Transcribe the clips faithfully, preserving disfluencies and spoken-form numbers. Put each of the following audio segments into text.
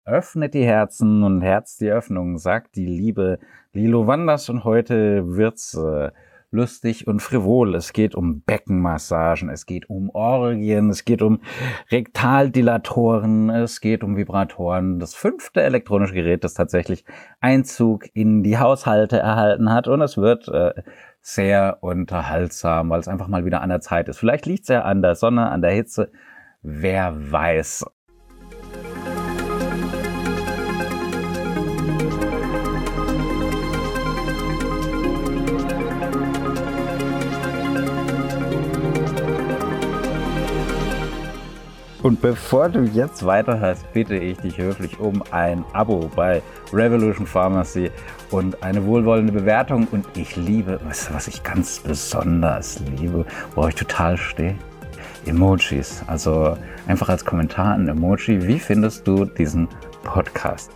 Öffnet die Herzen und Herz die Öffnung, sagt die liebe Lilo Wanders. Und heute wird's äh, lustig und frivol. Es geht um Beckenmassagen, es geht um Orgien, es geht um Rektaldilatoren, es geht um Vibratoren. Das fünfte elektronische Gerät, das tatsächlich Einzug in die Haushalte erhalten hat. Und es wird äh, sehr unterhaltsam, weil es einfach mal wieder an der Zeit ist. Vielleicht liegt's ja an der Sonne, an der Hitze. Wer weiß. Und bevor du jetzt weiterhörst, bitte ich dich höflich um ein Abo bei Revolution Pharmacy und eine wohlwollende Bewertung. Und ich liebe, weißt du, was ich ganz besonders liebe, wo ich total stehe? Emojis. Also einfach als Kommentar ein Emoji. Wie findest du diesen Podcast?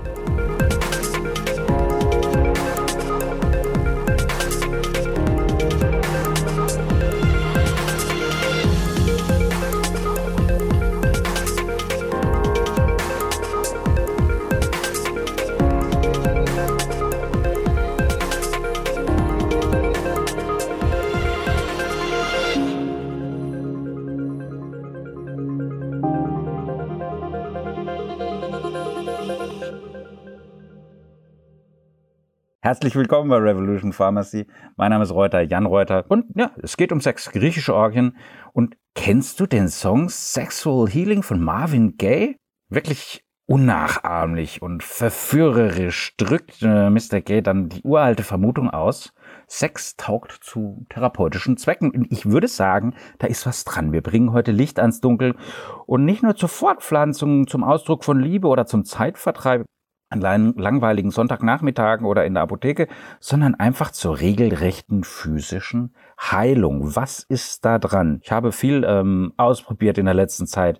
Herzlich willkommen bei Revolution Pharmacy. Mein Name ist Reuter, Jan Reuter. Und ja, es geht um Sex, griechische Orgien. Und kennst du den Song Sexual Healing von Marvin Gaye? Wirklich unnachahmlich und verführerisch drückt äh, Mister Gaye dann die uralte Vermutung aus, Sex taugt zu therapeutischen Zwecken. Und ich würde sagen, da ist was dran. Wir bringen heute Licht ans Dunkel und nicht nur zur Fortpflanzung, zum Ausdruck von Liebe oder zum Zeitvertreib an langweiligen Sonntagnachmittagen oder in der Apotheke, sondern einfach zur regelrechten physischen Heilung. Was ist da dran? Ich habe viel ähm, ausprobiert in der letzten Zeit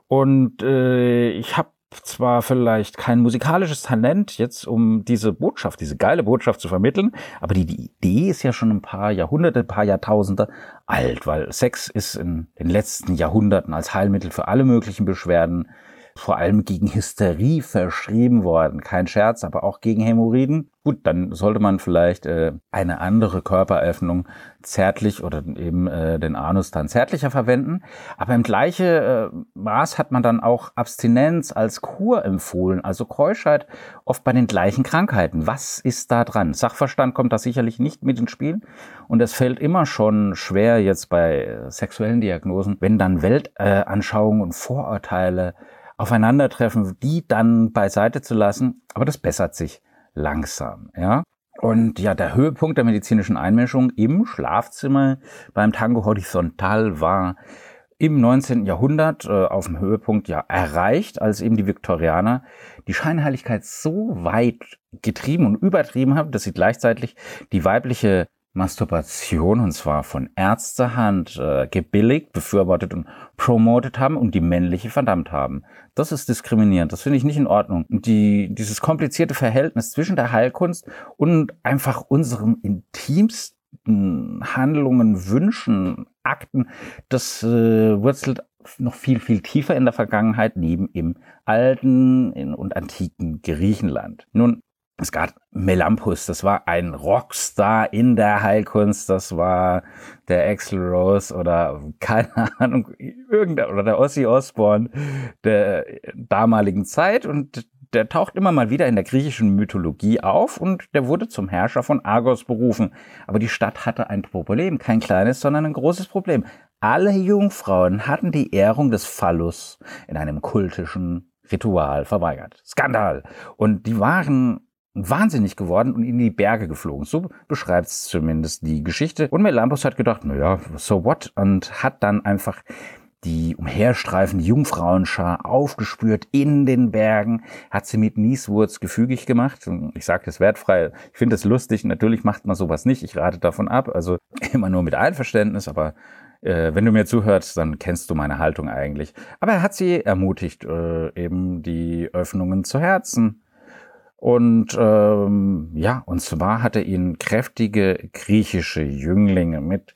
und äh, ich habe zwar vielleicht kein musikalisches Talent jetzt, um diese Botschaft, diese geile Botschaft zu vermitteln, aber die, die Idee ist ja schon ein paar Jahrhunderte, ein paar Jahrtausende alt, weil Sex ist in den letzten Jahrhunderten als Heilmittel für alle möglichen Beschwerden, vor allem gegen Hysterie verschrieben worden. Kein Scherz, aber auch gegen Hämorrhoiden. Gut, dann sollte man vielleicht äh, eine andere Körperöffnung zärtlich oder eben äh, den Anus dann zärtlicher verwenden. Aber im gleichen äh, Maß hat man dann auch Abstinenz als Kur empfohlen, also Keuschheit, oft bei den gleichen Krankheiten. Was ist da dran? Sachverstand kommt da sicherlich nicht mit ins Spiel. Und es fällt immer schon schwer jetzt bei äh, sexuellen Diagnosen, wenn dann Weltanschauungen und Vorurteile aufeinandertreffen, die dann beiseite zu lassen. Aber das bessert sich langsam, ja. Und ja, der Höhepunkt der medizinischen Einmischung im Schlafzimmer beim Tango Horizontal war im neunzehnten Jahrhundert äh, auf dem Höhepunkt ja erreicht, als eben die Viktorianer die Scheinheiligkeit so weit getrieben und übertrieben haben, dass sie gleichzeitig die weibliche Masturbation, und zwar von Ärztehand, äh, gebilligt, befürwortet und promotet haben und die männliche verdammt haben. Das ist diskriminierend, das finde ich nicht in Ordnung. Und die, dieses komplizierte Verhältnis zwischen der Heilkunst und einfach unseren intimsten Handlungen, Wünschen, Akten, das äh, wurzelt noch viel, viel tiefer in der Vergangenheit, neben im alten in, und antiken Griechenland. Nun, es gab Melampus, das war ein Rockstar in der Heilkunst, das war der Axl Rose oder keine Ahnung, irgendein, oder der Ozzy Osbourne der damaligen Zeit, und der taucht immer mal wieder in der griechischen Mythologie auf und der wurde zum Herrscher von Argos berufen. Aber die Stadt hatte ein Problem, kein kleines, sondern ein großes Problem. Alle Jungfrauen hatten die Ehrung des Phallus in einem kultischen Ritual verweigert. Skandal! Und die waren wahnsinnig geworden und in die Berge geflogen. So beschreibt es zumindest die Geschichte. Und Melampus hat gedacht, naja, so what? Und hat dann einfach die umherstreifende Jungfrauenschar aufgespürt in den Bergen, hat sie mit Nieswurz gefügig gemacht. Und ich sage das wertfrei, ich finde das lustig. Natürlich macht man sowas nicht, ich rate davon ab. Also immer nur mit Einverständnis, aber äh, wenn du mir zuhörst, dann kennst du meine Haltung eigentlich. Aber er hat sie ermutigt, äh, eben die Öffnungen zu Herzen. Und ähm, ja, und zwar hat er ihnen kräftige griechische Jünglinge mit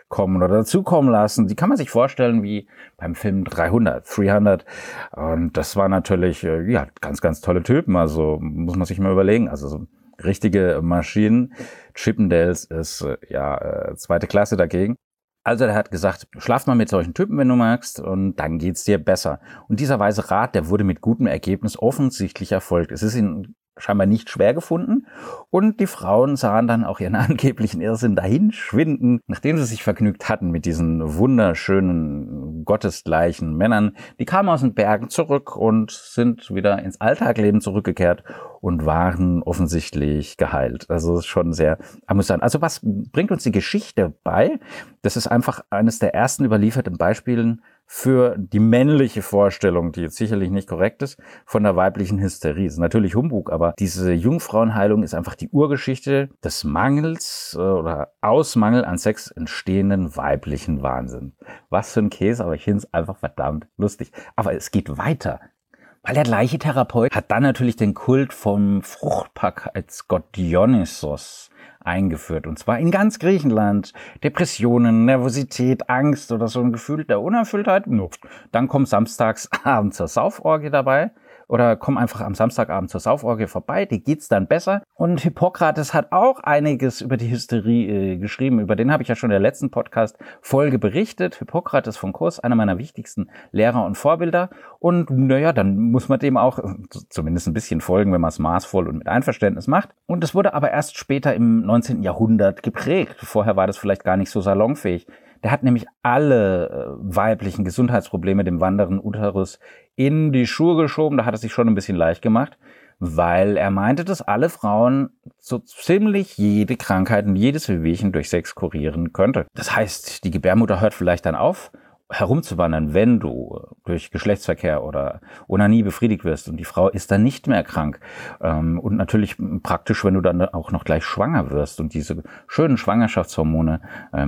kommen oder dazukommen lassen. Die kann man sich vorstellen wie beim Film dreihundert, dreihundert. Und das war natürlich, ja, ganz, ganz tolle Typen. Also muss man sich mal überlegen. Also so richtige Maschinen. Chippendales ist, ja, zweite Klasse dagegen. Also er hat gesagt, schlaf mal mit solchen Typen, wenn du magst, und dann geht's dir besser. Und dieser weise Rat, der wurde mit gutem Ergebnis offensichtlich erfolgt. Es ist ihm scheinbar nicht schwer gefunden und die Frauen sahen dann auch ihren angeblichen Irrsinn dahin schwinden, nachdem sie sich vergnügt hatten mit diesen wunderschönen, gottesgleichen Männern. Die kamen aus den Bergen zurück und sind wieder ins Alltagleben zurückgekehrt und waren offensichtlich geheilt. Also das ist schon sehr amüsant. Also was bringt uns die Geschichte bei? Das ist einfach eines der ersten überlieferten Beispielen für die männliche Vorstellung, die jetzt sicherlich nicht korrekt ist, von der weiblichen Hysterie. Das ist natürlich Humbug, aber diese Jungfrauenheilung ist einfach die Urgeschichte des Mangels äh, oder aus Mangel an Sex entstehenden weiblichen Wahnsinn. Was für ein Käse, aber ich finde es einfach verdammt lustig. Aber es geht weiter. Weil der gleiche Therapeut hat dann natürlich den Kult vom Fruchtbarkeitsgott Dionysos eingeführt. Und zwar in ganz Griechenland. Depressionen, Nervosität, Angst oder so ein Gefühl der Unerfülltheit. Dann kommt samstags abends zur Sauforgie dabei. Oder komm einfach am Samstagabend zur Sauforgie vorbei, dir geht's dann besser. Und Hippokrates hat auch einiges über die Hysterie äh, geschrieben. Über den habe ich ja schon in der letzten Podcast-Folge berichtet. Hippokrates von Kos, einer meiner wichtigsten Lehrer und Vorbilder. Und naja, dann muss man dem auch zumindest ein bisschen folgen, wenn man es maßvoll und mit Einverständnis macht. Und es wurde aber erst später im neunzehnten Jahrhundert geprägt. Vorher war das vielleicht gar nicht so salonfähig. Der hat nämlich alle äh, weiblichen Gesundheitsprobleme dem wandernden Uterus in die Schuhe geschoben. Da hat er sich schon ein bisschen leicht gemacht, weil er meinte, dass alle Frauen so ziemlich jede Krankheit und jedes Wehwehchen durch Sex kurieren könnte. Das heißt, die Gebärmutter hört vielleicht dann auf, herumzuwandern, wenn du durch Geschlechtsverkehr oder Onanie befriedigt wirst und die Frau ist dann nicht mehr krank. Und natürlich praktisch, wenn du dann auch noch gleich schwanger wirst und diese schönen Schwangerschaftshormone,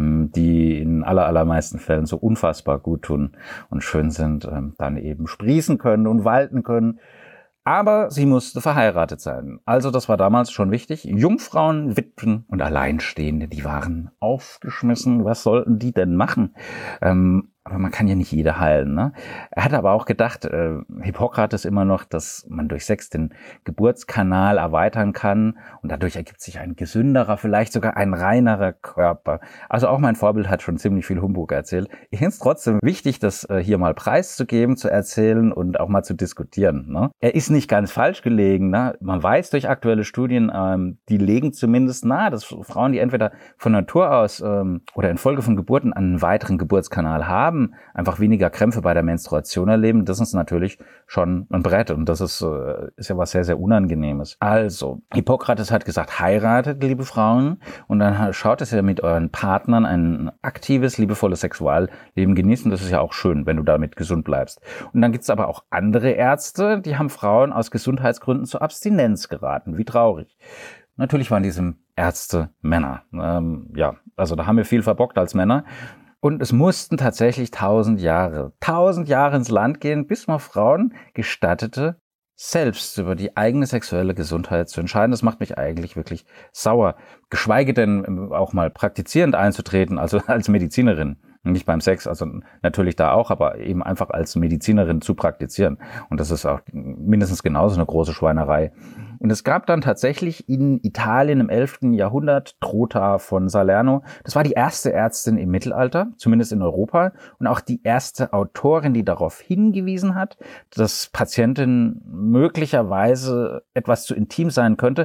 die in aller, allermeisten Fällen so unfassbar gut tun und schön sind, dann eben sprießen können und walten können. Aber sie musste verheiratet sein. Also das war damals schon wichtig. Jungfrauen, Witwen und Alleinstehende, die waren aufgeschmissen. Was sollten die denn machen? Ähm, aber man kann ja nicht jede heilen, ne? Er hat aber auch gedacht, äh, Hippokrates immer noch, dass man durch Sex den Geburtskanal erweitern kann und dadurch ergibt sich ein gesünderer, vielleicht sogar ein reinerer Körper. Also auch mein Vorbild hat schon ziemlich viel Humbug erzählt. Ich finde es trotzdem wichtig, das äh, hier mal preiszugeben, zu erzählen und auch mal zu diskutieren, ne? Er ist nicht ganz falsch gelegen, ne? Man weiß durch aktuelle Studien, ähm, die legen zumindest nahe, dass Frauen, die entweder von Natur aus ähm, oder infolge von Geburten einen weiteren Geburtskanal haben, einfach weniger Krämpfe bei der Menstruation erleben, das ist natürlich schon ein Brett und das ist, äh, ist ja was sehr, sehr Unangenehmes. Also, Hippokrates hat gesagt, heiratet, liebe Frauen, und dann schaut, dass ihr mit euren Partnern ein aktives, liebevolles Sexualleben genießt und das ist ja auch schön, wenn du damit gesund bleibst. Und dann gibt es aber auch andere Ärzte, die haben Frauen aus Gesundheitsgründen zur Abstinenz geraten. Wie traurig. Natürlich waren diese Ärzte Männer. Ähm, ja, also da haben wir viel verbockt als Männer. Und es mussten tatsächlich tausend Jahre, tausend Jahre ins Land gehen, bis man Frauen gestattete, selbst über die eigene sexuelle Gesundheit zu entscheiden. Das macht mich eigentlich wirklich sauer. Geschweige denn auch mal praktizierend einzutreten, also als Medizinerin. Nicht beim Sex, also natürlich da auch, aber eben einfach als Medizinerin zu praktizieren. Und das ist auch mindestens genauso eine große Schweinerei. Und es gab dann tatsächlich in Italien im elften Jahrhundert Trota von Salerno. Das war die erste Ärztin im Mittelalter, zumindest in Europa. Und auch die erste Autorin, die darauf hingewiesen hat, dass Patientin möglicherweise etwas zu intim sein könnte,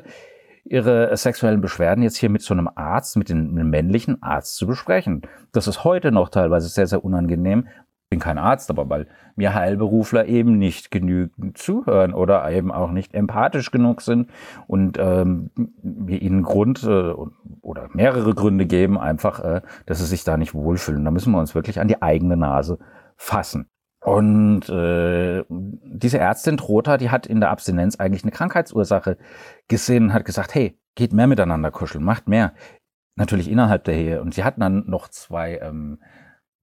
ihre sexuellen Beschwerden jetzt hier mit so einem Arzt, mit einem männlichen Arzt zu besprechen. Das ist heute noch teilweise sehr, sehr unangenehm. Ich bin kein Arzt, aber weil mir Heilberufler eben nicht genügend zuhören oder eben auch nicht empathisch genug sind und ähm, wir ihnen Grund äh, oder mehrere Gründe geben, einfach, äh, dass sie sich da nicht wohlfühlen. Da müssen wir uns wirklich an die eigene Nase fassen. Und äh, diese Ärztin Trota, die hat in der Abstinenz eigentlich eine Krankheitsursache gesehen, hat gesagt, hey, geht mehr miteinander kuscheln, macht mehr. Natürlich innerhalb der Ehe. Und sie hatten dann noch zwei ähm,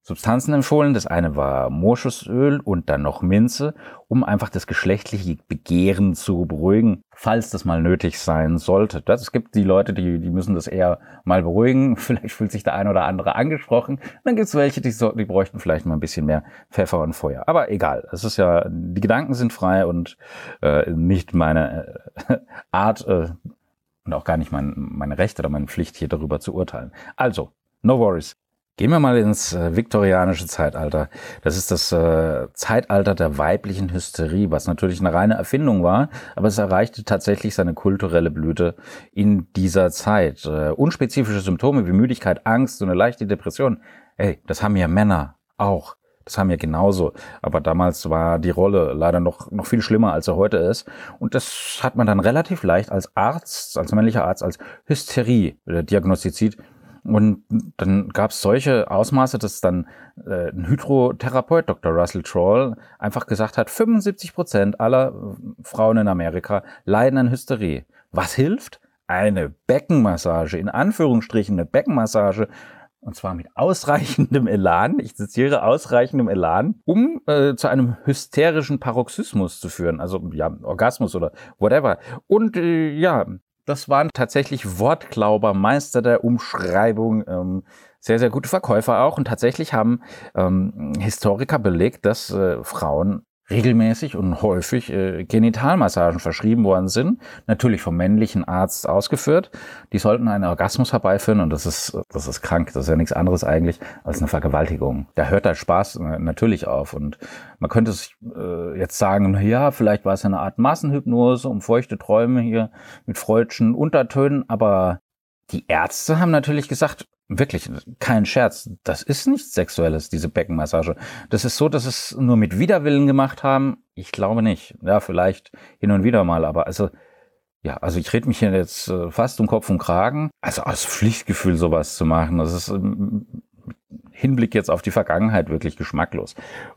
Substanzen empfohlen. Das eine war Moschusöl und dann noch Minze, um einfach das geschlechtliche Begehren zu beruhigen, falls das mal nötig sein sollte. Das, es gibt die Leute, die, die müssen das eher mal beruhigen. Vielleicht fühlt sich der eine oder andere angesprochen. Dann gibt es welche, die, so, die bräuchten vielleicht mal ein bisschen mehr Pfeffer und Feuer. Aber egal, es ist ja, die Gedanken sind frei und äh, nicht meine äh, Art äh, und auch gar nicht mein, meine Recht oder meine Pflicht, hier darüber zu urteilen. Also, no worries. Gehen wir mal ins äh, viktorianische Zeitalter. Das ist das äh, Zeitalter der weiblichen Hysterie, was natürlich eine reine Erfindung war, aber es erreichte tatsächlich seine kulturelle Blüte in dieser Zeit. Äh, unspezifische Symptome wie Müdigkeit, Angst, so eine leichte Depression, ey, das haben ja Männer auch. Das haben wir genauso. Aber damals war die Rolle leider noch, noch viel schlimmer, als er heute ist. Und das hat man dann relativ leicht als Arzt, als männlicher Arzt, als Hysterie äh, diagnostiziert. Und dann gab es solche Ausmaße, dass dann äh, ein Hydrotherapeut, Doktor Russell Troll, einfach gesagt hat, fünfundsiebzig Prozent aller Frauen in Amerika leiden an Hysterie. Was hilft? Eine Beckenmassage, in Anführungsstrichen eine Beckenmassage, und zwar mit ausreichendem Elan, ich zitiere, ausreichendem Elan, um äh, zu einem hysterischen Paroxysmus zu führen, also ja, Orgasmus oder whatever. Und äh, ja, das waren tatsächlich Wortklauber, Meister der Umschreibung, ähm, sehr, sehr gute Verkäufer auch. Und tatsächlich haben ähm, Historiker belegt, dass äh, Frauen regelmäßig und häufig äh, Genitalmassagen verschrieben worden sind, natürlich vom männlichen Arzt ausgeführt. Die sollten einen Orgasmus herbeiführen und das ist das ist krank. Das ist ja nichts anderes eigentlich als eine Vergewaltigung. Da hört der Spaß äh, natürlich auf und man könnte sich äh, jetzt sagen, na ja, vielleicht war es eine Art Massenhypnose, um feuchte Träume hier mit freudschen Untertönen, aber die Ärzte haben natürlich gesagt, wirklich, kein Scherz, das ist nichts Sexuelles, diese Beckenmassage. Das ist so, dass es nur mit Widerwillen gemacht haben. Ich glaube nicht. Ja, vielleicht hin und wieder mal, aber also, ja, also ich rede mich hier jetzt äh, fast um Kopf und Kragen. Also aus Pflichtgefühl sowas zu machen, das ist ähm, Hinblick jetzt auf die Vergangenheit wirklich geschmacklos.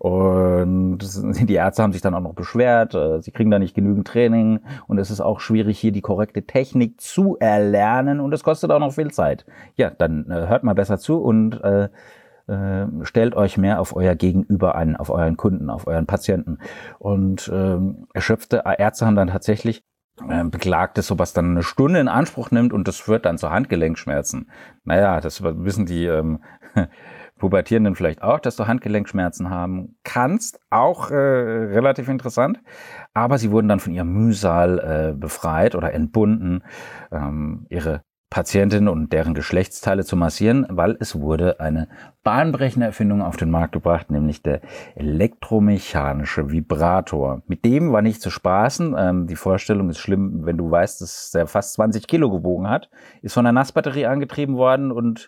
Und die Ärzte haben sich dann auch noch beschwert, sie kriegen da nicht genügend Training und es ist auch schwierig, hier die korrekte Technik zu erlernen und es kostet auch noch viel Zeit. Ja, dann äh, hört mal besser zu und äh, äh, stellt euch mehr auf euer Gegenüber an, auf euren Kunden, auf euren Patienten. Und äh, erschöpfte Ärzte haben dann tatsächlich beklagt ist, sowas dann eine Stunde in Anspruch nimmt und das führt dann zu Handgelenkschmerzen. Naja, das wissen die ähm, Pubertierenden vielleicht auch, dass du Handgelenkschmerzen haben kannst. Auch äh, relativ interessant. Aber sie wurden dann von ihrem Mühsal äh, befreit oder entbunden, ähm, ihre Patientinnen und deren Geschlechtsteile zu massieren, weil es wurde eine bahnbrechende Erfindung auf den Markt gebracht, nämlich der elektromechanische Vibrator. Mit dem war nicht zu spaßen. Ähm, die Vorstellung ist schlimm, wenn du weißt, dass der fast zwanzig Kilo gewogen hat, ist von einer Nassbatterie angetrieben worden und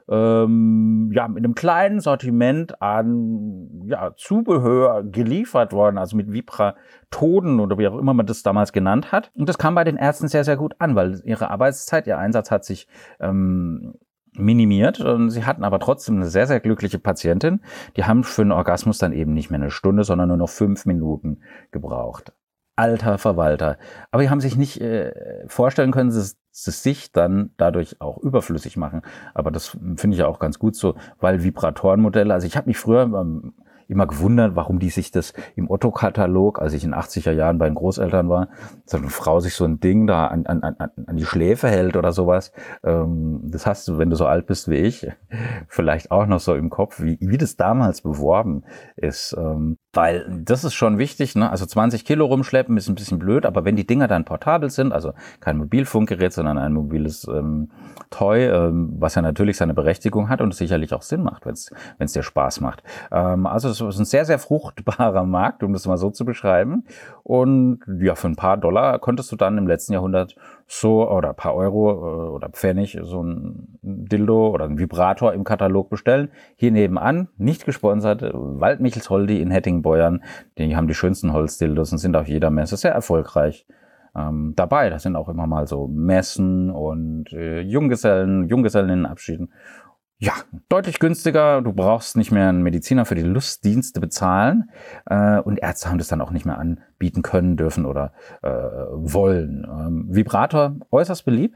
ähm, ja, mit einem kleinen Sortiment an ja, Zubehör geliefert worden, also mit Vibratoden oder wie auch immer man das damals genannt hat. Und das kam bei den Ärzten sehr, sehr gut an, weil ihre Arbeitszeit, ihr Einsatz hat sich ähm, minimiert und sie hatten aber trotzdem eine sehr, sehr glückliche Patientin. Die haben für einen Orgasmus dann eben nicht mehr eine Stunde, sondern nur noch fünf Minuten gebraucht. Alter Verwalter. Aber die haben sich nicht äh, vorstellen können, dass sie sich dann dadurch auch überflüssig machen. Aber das finde ich ja auch ganz gut so, weil Vibratorenmodelle, also ich habe mich früher ähm, immer gewundert, warum die sich das im Otto-Katalog, als ich in den achtziger Jahren bei den Großeltern war, so eine Frau sich so ein Ding da an, an, an, an die Schläfe hält oder sowas. Ähm, das hast du, wenn du so alt bist wie ich, vielleicht auch noch so im Kopf, wie, wie das damals beworben ist. Ähm, weil das ist schon wichtig, ne? Also zwanzig Kilo rumschleppen ist ein bisschen blöd, aber wenn die Dinger dann portabel sind, also kein Mobilfunkgerät, sondern ein mobiles ähm, Toy, ähm, was ja natürlich seine Berechtigung hat und sicherlich auch Sinn macht, wenn es dir Spaß macht. Ähm, also es ist ein sehr, sehr fruchtbarer Markt, um das mal so zu beschreiben. Und ja, für ein paar Dollar konntest du dann im letzten Jahrhundert so, oder ein paar Euro oder Pfennig, so ein Dildo oder ein Vibrator im Katalog bestellen. Hier nebenan, nicht gesponsert, Waldmichels Holdi in Hettingbeuern. Die haben die schönsten Holzdildos und sind auf jeder Messe sehr erfolgreich ähm, dabei. Das sind auch immer mal so Messen und äh, Junggesellen, Junggesellinnenabschieden. Ja, deutlich günstiger. Du brauchst nicht mehr einen Mediziner für die Lustdienste bezahlen. Äh, und Ärzte haben das dann auch nicht mehr anbieten können, dürfen oder äh, wollen. Ähm, Vibrator, äußerst beliebt.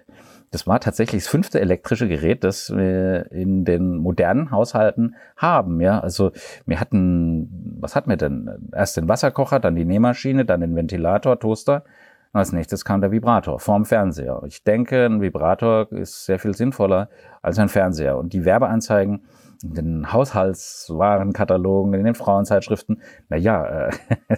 das war tatsächlich das fünfte elektrische Gerät, das wir in den modernen Haushalten haben. Ja, also wir hatten, was hatten wir denn? Erst den Wasserkocher, dann die Nähmaschine, dann den Ventilator, Toaster. Und als nächstes kam der Vibrator vorm Fernseher. Ich denke, ein Vibrator ist sehr viel sinnvoller als ein Fernseher. Und die Werbeanzeigen in den Haushaltswarenkatalogen, in den Frauenzeitschriften, na ja, äh,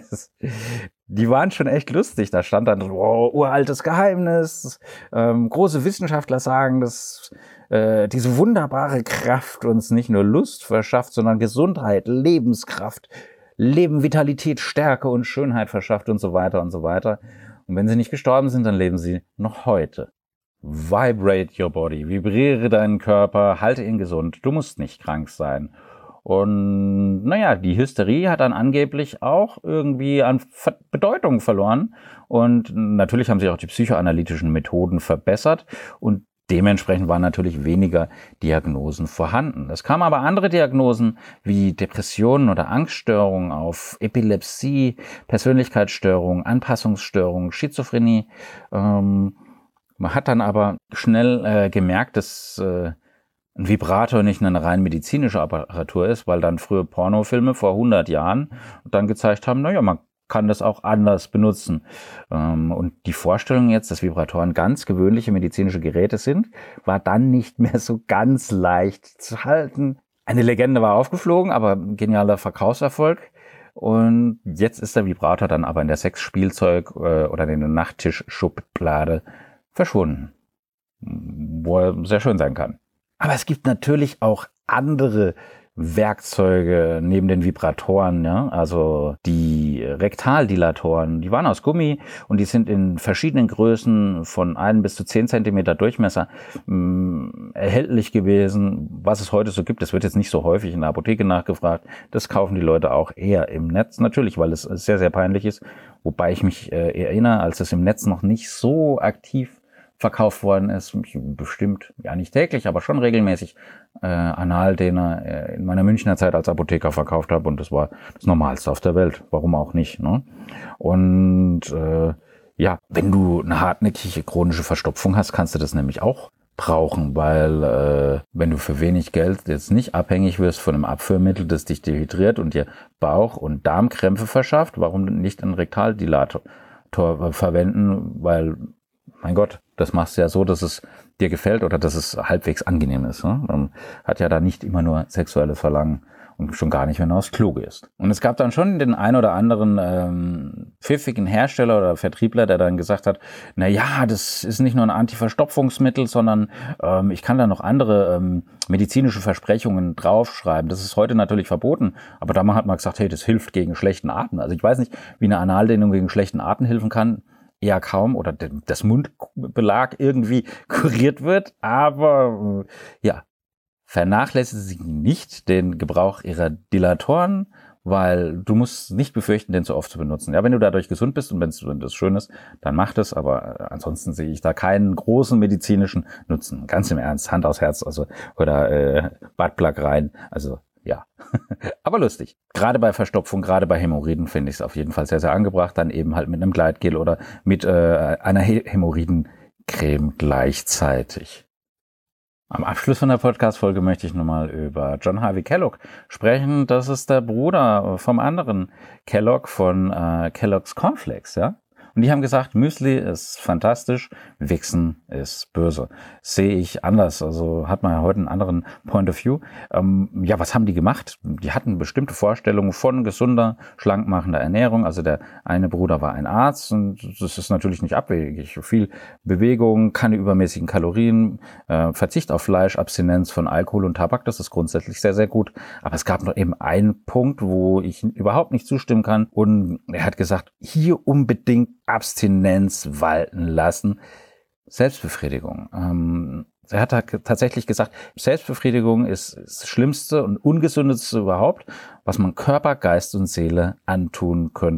die waren schon echt lustig. Da stand dann, wow, uraltes Geheimnis, ähm, große Wissenschaftler sagen, dass äh, diese wunderbare Kraft uns nicht nur Lust verschafft, sondern Gesundheit, Lebenskraft, Leben, Vitalität, Stärke und Schönheit verschafft und so weiter und so weiter. Und wenn sie nicht gestorben sind, dann leben sie noch heute. Vibrate your body, vibriere deinen Körper, halte ihn gesund, du musst nicht krank sein. Und naja, die Hysterie hat dann angeblich auch irgendwie an Bedeutung verloren. Und natürlich haben sich auch die psychoanalytischen Methoden verbessert und dementsprechend waren natürlich weniger Diagnosen vorhanden. Es kamen aber andere Diagnosen wie Depressionen oder Angststörungen auf, Epilepsie, Persönlichkeitsstörungen, Anpassungsstörungen, Schizophrenie. Ähm, man hat dann aber schnell äh, gemerkt, dass äh, ein Vibrator nicht eine rein medizinische Apparatur ist, weil dann frühe Pornofilme vor hundert Jahren dann gezeigt haben, naja, man kann das auch anders benutzen. Und die Vorstellung jetzt, dass Vibratoren ganz gewöhnliche medizinische Geräte sind, war dann nicht mehr so ganz leicht zu halten. Eine Legende war aufgeflogen, aber genialer Verkaufserfolg. Und jetzt ist der Vibrator dann aber in der Sexspielzeug oder in der Nachttischschublade verschwunden, wo er sehr schön sein kann. Aber es gibt natürlich auch andere Werkzeuge neben den Vibratoren, ja, also die Rektaldilatoren, die waren aus Gummi und die sind in verschiedenen Größen von ein bis zu zehn Zentimeter Durchmesser mh, erhältlich gewesen. Was es heute so gibt, das wird jetzt nicht so häufig in der Apotheke nachgefragt, das kaufen die Leute auch eher im Netz, natürlich, weil es sehr, sehr peinlich ist, wobei ich mich äh, erinnere, als es im Netz noch nicht so aktiv verkauft worden ist, bestimmt, ja nicht täglich, aber schon regelmäßig äh, Analdehner äh, in meiner Münchner Zeit als Apotheker verkauft habe und das war das Normalste auf der Welt, warum auch nicht, ne? Und äh, ja, wenn du eine hartnäckige chronische Verstopfung hast, kannst du das nämlich auch brauchen, weil äh, wenn du für wenig Geld jetzt nicht abhängig wirst von einem Abführmittel, das dich dehydriert und dir Bauch- und Darmkrämpfe verschafft, warum nicht einen Rektaldilator verwenden, weil mein Gott, das machst du ja so, dass es dir gefällt oder dass es halbwegs angenehm ist. Ne? Man hat ja da nicht immer nur sexuelles Verlangen und schon gar nicht, wenn du aufs Klo gehst. Und es gab dann schon den ein oder anderen ähm, pfiffigen Hersteller oder Vertriebler, der dann gesagt hat, na ja, das ist nicht nur ein Antiverstopfungsmittel, sondern ähm, ich kann da noch andere ähm, medizinische Versprechungen draufschreiben. Das ist heute natürlich verboten, aber damals hat man gesagt, hey, das hilft gegen schlechten Atem. Also ich weiß nicht, wie eine Analdehnung gegen schlechten Atem helfen kann. Eher kaum oder das Mundbelag irgendwie kuriert wird, aber äh, ja, vernachlässige sie nicht den Gebrauch ihrer Dilatoren, weil du musst nicht befürchten, den zu oft zu benutzen. Ja, wenn du dadurch gesund bist und wenn das schön ist, dann mach das, aber ansonsten sehe ich da keinen großen medizinischen Nutzen. Ganz im Ernst, Hand aufs Herz, also oder äh, Buttplug rein, also ja, aber lustig. Gerade bei Verstopfung, gerade bei Hämorrhoiden finde ich es auf jeden Fall sehr, sehr angebracht. Dann eben halt mit einem Gleitgel oder mit äh, einer Hämorrhoidencreme gleichzeitig. Am Abschluss von der Podcast-Folge möchte ich nochmal über John Harvey Kellogg sprechen. Das ist der Bruder vom anderen Kellogg von äh, Kellogg's Cornflakes, ja. Und die haben gesagt, Müsli ist fantastisch, Wichsen ist böse. Sehe ich anders, also hat man ja heute einen anderen Point of View. Ähm, ja, was haben die gemacht? Die hatten bestimmte Vorstellungen von gesunder, schlankmachender Ernährung. Also der eine Bruder war ein Arzt und das ist natürlich nicht abwegig. Viel Bewegung, keine übermäßigen Kalorien, äh, Verzicht auf Fleisch, Abstinenz von Alkohol und Tabak, das ist grundsätzlich sehr, sehr gut. Aber es gab noch eben einen Punkt, wo ich überhaupt nicht zustimmen kann. Und er hat gesagt, hier unbedingt Abstinenz walten lassen. Selbstbefriedigung. Ähm, er hat tatsächlich gesagt, Selbstbefriedigung ist das Schlimmste und Ungesundeste überhaupt, was man Körper, Geist und Seele antun könnte.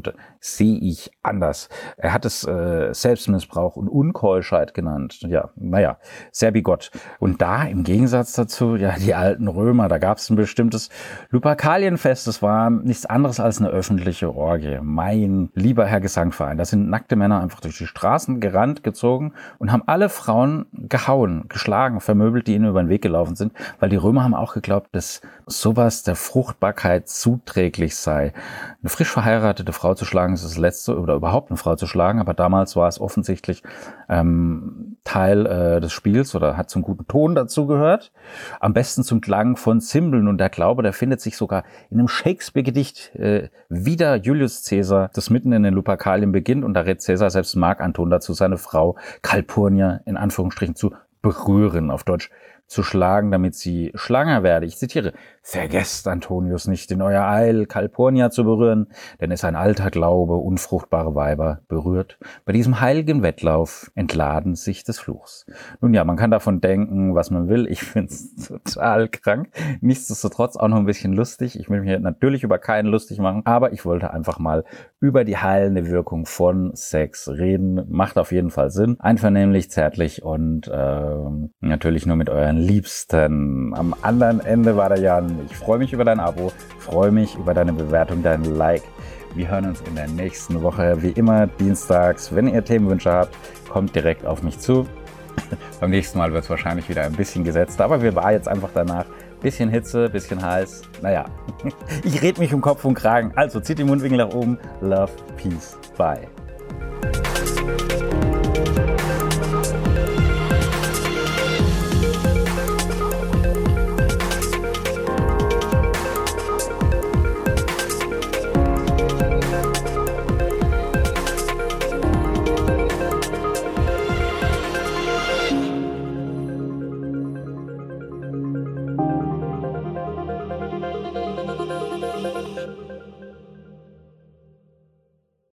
sehe ich anders. Er hat es äh, Selbstmissbrauch und Unkeuschheit genannt. Ja, naja, sehr bigott. Und da im Gegensatz dazu, ja, die alten Römer, da gab es ein bestimmtes Luperkalienfest. Das war nichts anderes als eine öffentliche Orgie. Mein lieber Herr Gesangverein, da sind nackte Männer einfach durch die Straßen gerannt, gezogen und haben alle Frauen gehauen, geschlagen, vermöbelt, die ihnen über den Weg gelaufen sind, weil die Römer haben auch geglaubt, dass sowas der Fruchtbarkeit zuträglich sei. Eine frisch verheiratete Frau zu schlagen ist das Letzte, oder überhaupt eine Frau zu schlagen, aber damals war es offensichtlich ähm, Teil äh, des Spiels oder hat zum guten Ton dazu gehört. Am besten zum Klang von Zimbeln, und der Glaube, der findet sich sogar in einem Shakespeare-Gedicht äh, wieder Julius Caesar, das mitten in den Luperkalien beginnt, und da rät Caesar selbst Mark Anton dazu, seine Frau Calpurnia in Anführungsstrichen zu berühren, auf Deutsch zu schlagen, damit sie schwanger werde. Ich zitiere: Vergesst, Antonius, nicht in euer Eil Calpurnia zu berühren, denn es ist ein alter Glaube, unfruchtbare Weiber berührt. Bei diesem heiligen Wettlauf entladen sich des Fluchs. Nun ja, man kann davon denken, was man will. Ich finde es total krank. Nichtsdestotrotz auch noch ein bisschen lustig. Ich will mich natürlich über keinen lustig machen, aber ich wollte einfach mal über die heilende Wirkung von Sex reden. Macht auf jeden Fall Sinn. Einvernehmlich, zärtlich und äh, natürlich nur mit euren Liebsten. Am anderen Ende war der Jan. Ich freue mich über dein Abo, freue mich über deine Bewertung, dein Like. Wir hören uns in der nächsten Woche, wie immer dienstags. Wenn ihr Themenwünsche habt, kommt direkt auf mich zu. Beim nächsten Mal wird es wahrscheinlich wieder ein bisschen gesetzt, aber wir waren jetzt einfach danach. Bisschen Hitze, bisschen heiß. Naja, ich red mich um Kopf und Kragen. Also zieht die Mundwinkel nach oben. Love, Peace, Bye.